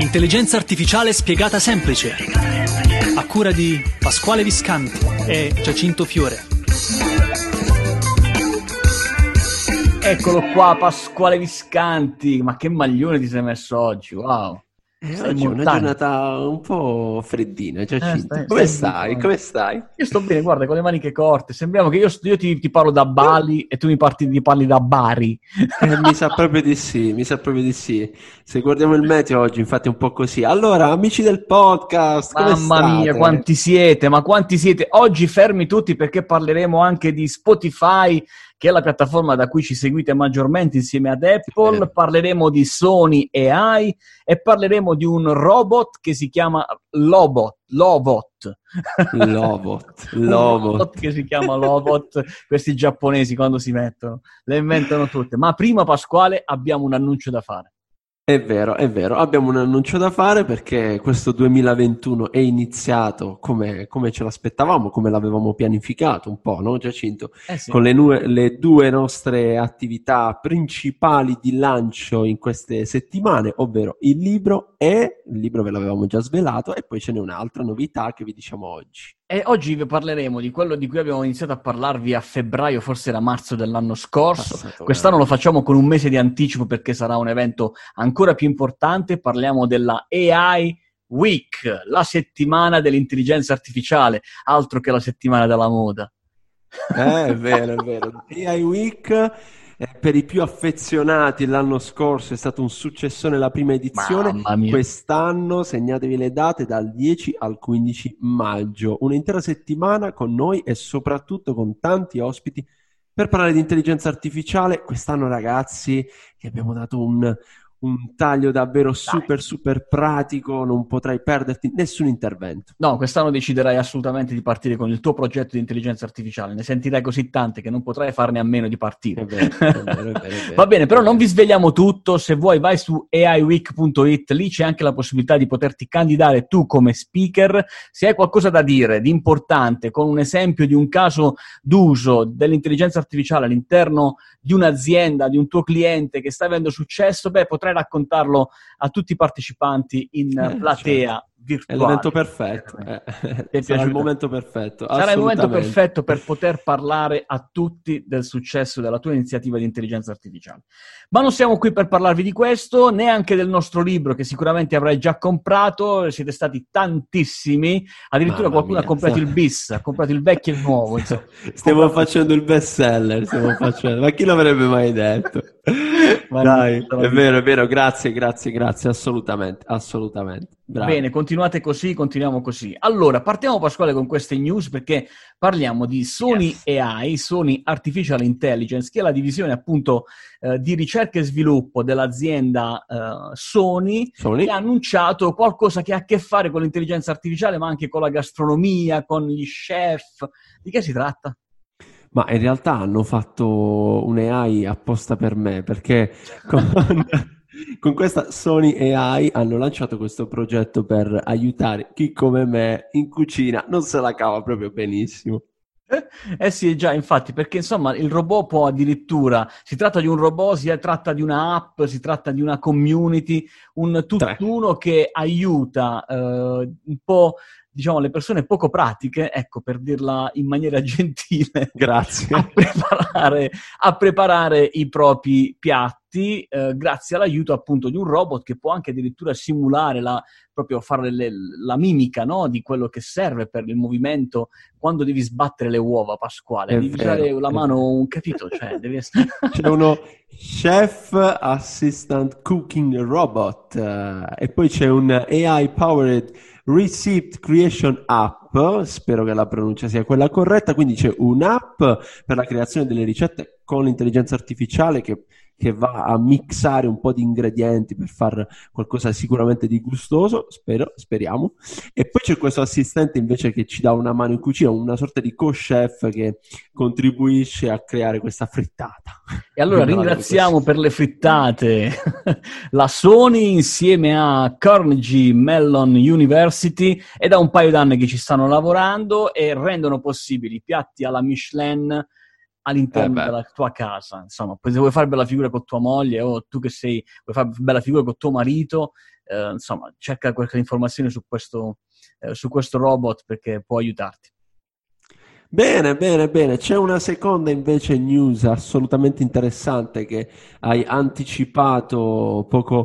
Intelligenza artificiale spiegata semplice, a cura di Pasquale Viscanti e Giacinto Fiore. Eccolo qua, Pasquale Viscanti. Ma che maglione ti sei messo oggi, wow. Oggi è una giornata un po' freddina, Giacinto. Come stai? Come stai? Io sto bene, guarda, con le maniche corte. Sembriamo che io ti parlo da Bali e tu mi parli da Bari. Mi sa proprio di sì. Se guardiamo il meteo oggi, infatti è un po' così. Allora, amici del podcast, come Mamma state? mia, quanti siete? Ma quanti siete? Oggi fermi tutti perché parleremo anche di Spotify, che è la piattaforma da cui ci seguite maggiormente insieme ad Apple. Parleremo di Sony AI e parleremo di un robot che si chiama Lobot che si chiama Lobot. Questi giapponesi quando si mettono le inventano tutte. Ma prima, Pasquale, abbiamo un annuncio da fare. È vero, abbiamo un annuncio da fare perché questo 2021 è iniziato come ce l'aspettavamo, come l'avevamo pianificato un po', no Giacinto? Sì. Con le due nostre attività principali di lancio in queste settimane, ovvero il libro ve l'avevamo già svelato, e poi ce n'è un'altra novità che vi diciamo oggi. E oggi vi parleremo di quello di cui abbiamo iniziato a parlarvi a febbraio, forse era marzo dell'anno scorso. Quest'anno lo facciamo con un mese di anticipo perché sarà un evento ancora più importante. Parliamo della AI Week, la settimana dell'intelligenza artificiale, altro che la settimana della moda. È vero. AI Week, per i più affezionati, l'anno scorso è stato un successone la prima edizione. Mamma mia. Quest'anno, segnatevi le date, dal 10 al 15 maggio. Un'intera settimana con noi e soprattutto con tanti ospiti per parlare di intelligenza artificiale. Quest'anno, ragazzi, che abbiamo dato un taglio davvero super pratico, non potrai perderti nessun intervento. No, quest'anno deciderai assolutamente di partire con il tuo progetto di intelligenza artificiale, ne sentirai così tante che non potrai farne a meno di partire. È vero. Va bene, però non vi svegliamo tutto. Se vuoi vai su aiweek.it, lì c'è anche la possibilità di poterti candidare tu come speaker. Se hai qualcosa da dire di importante, con un esempio di un caso d'uso dell'intelligenza artificiale all'interno di un'azienda, di un tuo cliente che sta avendo successo, potrai raccontarlo a tutti i partecipanti in platea virtuale. È l'evento perfetto. Sarà il momento perfetto. Sarà il momento perfetto per poter parlare a tutti del successo della tua iniziativa di intelligenza artificiale. Ma non siamo qui per parlarvi di questo, neanche del nostro libro che sicuramente avrai già comprato. Siete stati tantissimi, addirittura qualcuno ha comprato il bis, ha comprato il vecchio e il nuovo. Insomma. Stiamo facendo il best seller, ma chi l'avrebbe mai detto? Dai, è vero, grazie, assolutamente. Bravo. Bene, continuiamo così. Allora, partiamo, Pasquale, con queste news perché parliamo di Sony AI, Sony Artificial Intelligence, che è la divisione appunto di ricerca e sviluppo dell'azienda Sony, che ha annunciato qualcosa che ha a che fare con l'intelligenza artificiale, ma anche con la gastronomia, con gli chef. Di che si tratta? Ma in realtà hanno fatto un AI apposta per me, perché con questa Sony AI hanno lanciato questo progetto per aiutare chi come me in cucina non se la cava proprio benissimo. Sì, già, infatti, perché insomma il robot può addirittura, si tratta di un robot, si tratta di una app, si tratta di una community, un tutt'uno che aiuta un po', diciamo, le persone poco pratiche, ecco, per dirla in maniera gentile, grazie, a preparare i propri piatti, grazie all'aiuto appunto di un robot che può anche addirittura simulare proprio fare la mimica, no? Di quello che serve per il movimento quando devi sbattere le uova, Pasquale. Devi usare la mano, capito? Cioè, devi essere... C'è uno Chef Assistant Cooking Robot e poi c'è un AI Powered Recipe Creation App, spero che la pronuncia sia quella corretta, quindi c'è un'app per la creazione delle ricette con l'intelligenza artificiale che va a mixare un po' di ingredienti per fare qualcosa sicuramente di gustoso, speriamo. E poi c'è questo assistente invece che ci dà una mano in cucina, una sorta di co-chef che contribuisce a creare questa frittata. E allora ringraziamo per le frittate la Sony insieme a Carnegie Mellon University, e da un paio d'anni che ci stanno lavorando e rendono possibili piatti alla Michelin all'interno della tua casa. Insomma, poi se vuoi fare bella figura con tua moglie o tu che vuoi fare bella figura con tuo marito, insomma, cerca qualche informazione su questo robot perché può aiutarti. Bene, bene, bene. C'è una seconda invece news assolutamente interessante che hai anticipato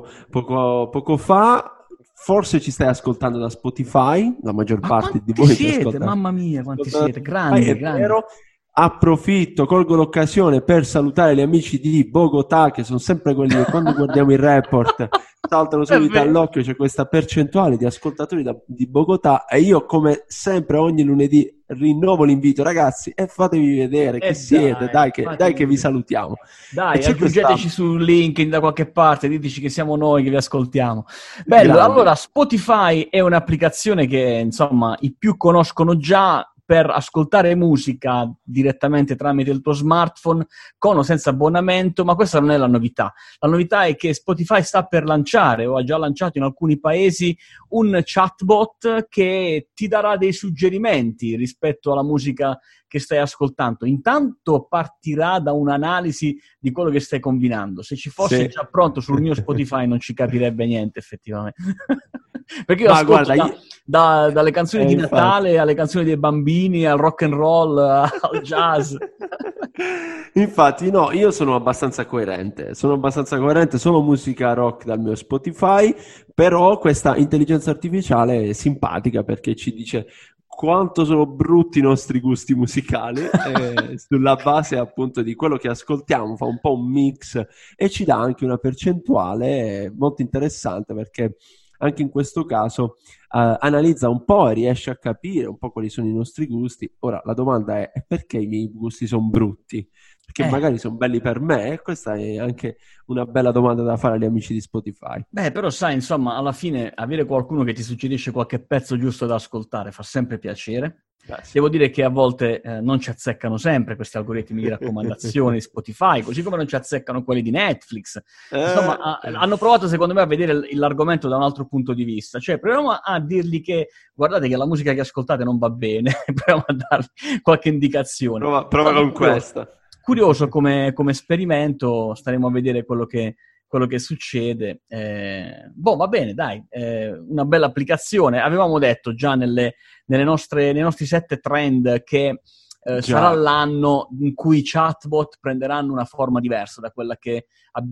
poco fa. Forse ci stai ascoltando da Spotify, la maggior Ma parte di quanti voi ci siete? ascolta. Mamma mia, quanti Ascolta da siete? Spotify, Grandi, è grandi. vero. Approfitto, colgo l'occasione per salutare gli amici di Bogotà, che sono sempre quelli che quando guardiamo il report saltano È subito vero. all'occhio, c'è questa percentuale di ascoltatori di Bogotà e io come sempre ogni lunedì rinnovo l'invito, ragazzi, e fatevi vedere chi siete, dai che fatevi vi vedere. salutiamo. E Dai, c'è questa aggiungeteci su LinkedIn da qualche parte, diteci che siamo noi che vi ascoltiamo. Bello, grande. allora Spotify è un'applicazione che, insomma, i più conoscono già per ascoltare musica direttamente tramite il tuo smartphone, con o senza abbonamento, ma questa non è la novità. La novità è che Spotify sta per lanciare, o ha già lanciato in alcuni paesi, un chatbot che ti darà dei suggerimenti rispetto alla musica che stai ascoltando. Intanto partirà da un'analisi di quello che stai combinando. Se ci fosse Sì. già pronto sul mio Spotify non ci capirebbe niente, effettivamente. Perché io Ma ascolto guarda, dalle canzoni di infatti. Natale alle canzoni dei bambini, al rock and roll, al jazz. Infatti, no, io sono abbastanza coerente, solo musica rock dal mio Spotify, però questa intelligenza artificiale è simpatica perché ci dice quanto sono brutti i nostri gusti musicali sulla base appunto di quello che ascoltiamo, fa un po' un mix e ci dà anche una percentuale molto interessante perché anche in questo caso analizza un po' e riesce a capire un po' quali sono i nostri gusti. Ora la domanda è perché i miei gusti sono brutti? Perché magari sono belli per me, e questa è anche una bella domanda da fare agli amici di Spotify. Beh, però sai, insomma, alla fine avere qualcuno che ti suggerisce qualche pezzo giusto da ascoltare fa sempre piacere. Sì. Devo dire che a volte non ci azzeccano sempre questi algoritmi di raccomandazioni di Spotify, così come non ci azzeccano quelli di Netflix. Insomma, hanno provato secondo me a vedere l'argomento da un altro punto di vista. Cioè, proviamo a dirgli che guardate che la musica che ascoltate non va bene, proviamo a dargli qualche indicazione. Prova con questa. Curioso come esperimento, staremo a vedere quello che succede. Va bene, dai, una bella applicazione. Avevamo detto già nei nostri 7 trend che sarà l'anno in cui i chatbot prenderanno una forma diversa da quella che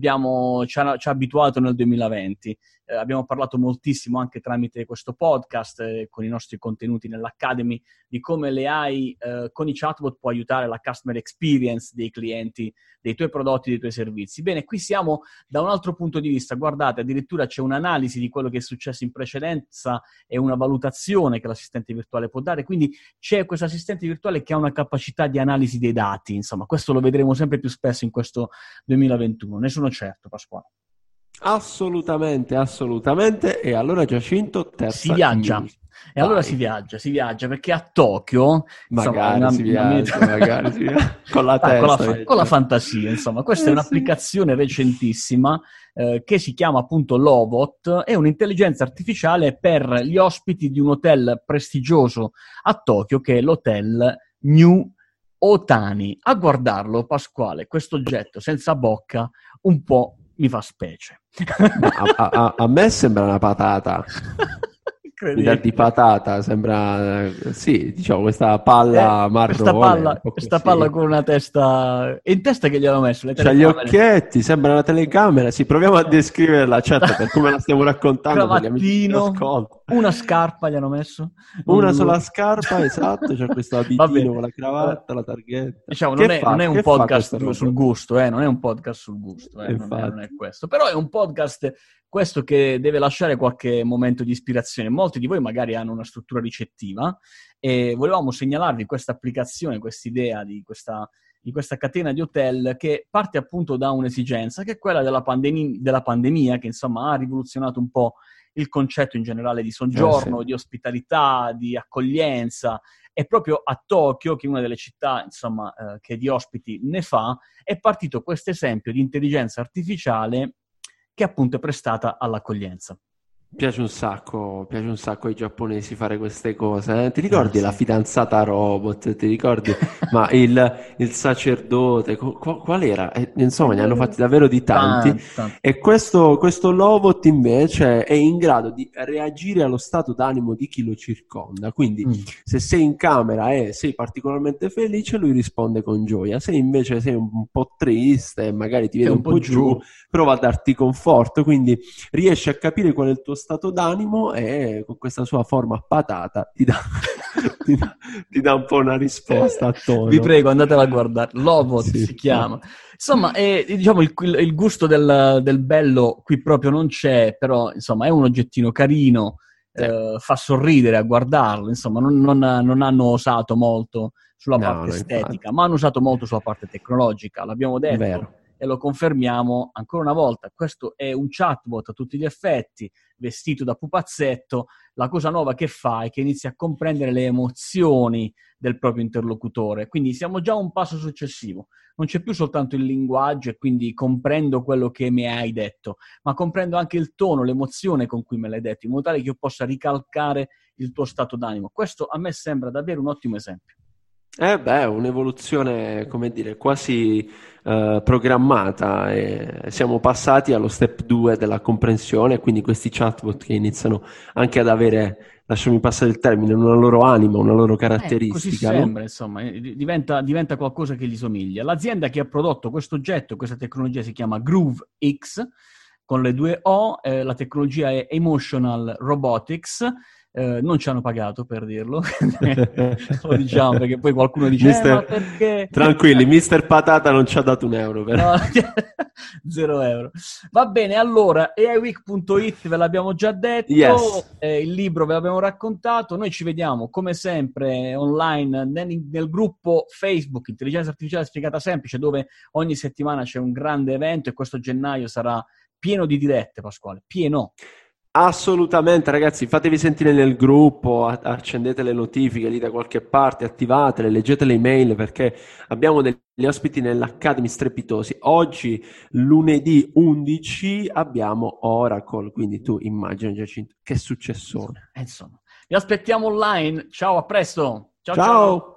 ci ha abituato nel 2020. Abbiamo parlato moltissimo anche tramite questo podcast, con i nostri contenuti nell'Academy, di come l'AI con i chatbot può aiutare la customer experience dei clienti, dei tuoi prodotti, dei tuoi servizi. Bene, qui siamo da un altro punto di vista. Guardate, addirittura c'è un'analisi di quello che è successo in precedenza e una valutazione che l'assistente virtuale può dare. Quindi c'è questo assistente virtuale che ha una capacità di analisi dei dati. Insomma, questo lo vedremo sempre più spesso in questo 2021. Ne sono certo, Pasquale. Assolutamente, assolutamente. E allora Giacinto, terza si viaggia. news. E allora si viaggia perché a Tokyo magari si viaggia con la testa, con la fantasia, insomma. Questa è un'applicazione recentissima che si chiama appunto Lovot, è un'intelligenza artificiale per gli ospiti di un hotel prestigioso a Tokyo che è l'hotel New Otani. A guardarlo, Pasquale, questo oggetto senza bocca un po' mi fa specie. A me sembra una patata. L'idea di patata sembra, sì, diciamo, questa palla marrone. Questa palla con una testa... E in testa che gli hanno messo? C'ha gli occhietti, sembra una telecamera. Sì, proviamo a descriverla, certo, per come la stiamo raccontando. Cravattino, una scarpa gli hanno messo. Una sola scarpa, esatto, c'è questo abitino con la cravatta, la targhetta. Diciamo, non è un podcast sul gusto, non è un podcast sul gusto, non è questo. Però è un podcast... Questo che deve lasciare qualche momento di ispirazione. Molti di voi magari hanno una struttura ricettiva e volevamo segnalarvi questa applicazione, questa idea di questa catena di hotel che parte appunto da un'esigenza che è quella della pandemia che insomma ha rivoluzionato un po' il concetto in generale di soggiorno, di ospitalità, di accoglienza. E proprio a Tokyo, che è una delle città insomma che di ospiti ne fa, è partito questo esempio di intelligenza artificiale che appunto è prestata all'accoglienza. Piace un sacco ai giapponesi fare queste cose, eh? Ti ricordi la Sì. fidanzata robot? Ti ricordi? Ma il sacerdote, qual era? Insomma, ne hanno fatti davvero di tanti. Tanto, tanto. E questo Lovot invece è in grado di reagire allo stato d'animo di chi lo circonda. Quindi, Mm. se sei in camera e sei particolarmente felice, lui risponde con gioia. Se invece sei un po' triste e magari ti È vede un un po' po' giù, giù. prova a darti conforto. Quindi riesce a capire qual è il tuo stato d'animo e con questa sua forma patata ti dà, ti dà un po' una risposta a Vi tono. prego, andatela a guardare. Lovot Sì, si chiama. Insomma, diciamo il gusto del bello qui proprio non c'è, però insomma è un oggettino carino, sì. fa sorridere a guardarlo, insomma non hanno osato molto sulla No, parte no, estetica, infatti, ma hanno usato molto sulla parte tecnologica, l'abbiamo detto vero. e lo confermiamo ancora una volta, questo è un chatbot a tutti gli effetti, vestito da pupazzetto, la cosa nuova che fa è che inizia a comprendere le emozioni del proprio interlocutore, quindi siamo già a un passo successivo, non c'è più soltanto il linguaggio e quindi comprendo quello che mi hai detto, ma comprendo anche il tono, l'emozione con cui me l'hai detto, in modo tale che io possa ricalcare il tuo stato d'animo. Questo a me sembra davvero un ottimo esempio. Un'evoluzione, come dire, quasi programmata. E siamo passati allo step 2 della comprensione, quindi questi chatbot che iniziano anche ad avere, lasciami passare il termine, una loro anima, una loro Così caratteristica, no? sembra, insomma, diventa qualcosa che gli somiglia. L'azienda che ha prodotto questo oggetto, questa tecnologia si chiama GrooveX, con le due O, la tecnologia è Emotional Robotics, non ci hanno pagato per dirlo, lo diciamo perché poi qualcuno dice, ma Mister... perché? Tranquilli, Mister Patata non ci ha dato un euro per... No, 0 euro. Va bene, allora, aiweek.it ve l'abbiamo già Yes. detto, il libro ve l'abbiamo raccontato, noi ci vediamo come sempre online nel gruppo Facebook Intelligenza Artificiale Spiegata Semplice, dove ogni settimana c'è un grande evento e questo gennaio sarà pieno di dirette, Pasquale, pieno. Assolutamente, ragazzi, fatevi sentire nel gruppo, accendete le notifiche lì da qualche parte, attivatele, leggete le email perché abbiamo degli ospiti nell'Academy strepitosi. Oggi, lunedì 11, abbiamo Oracle, quindi tu immagina, Giacinto, che successone. Insomma, vi aspettiamo online. Ciao, a presto. Ciao, ciao. Ciao!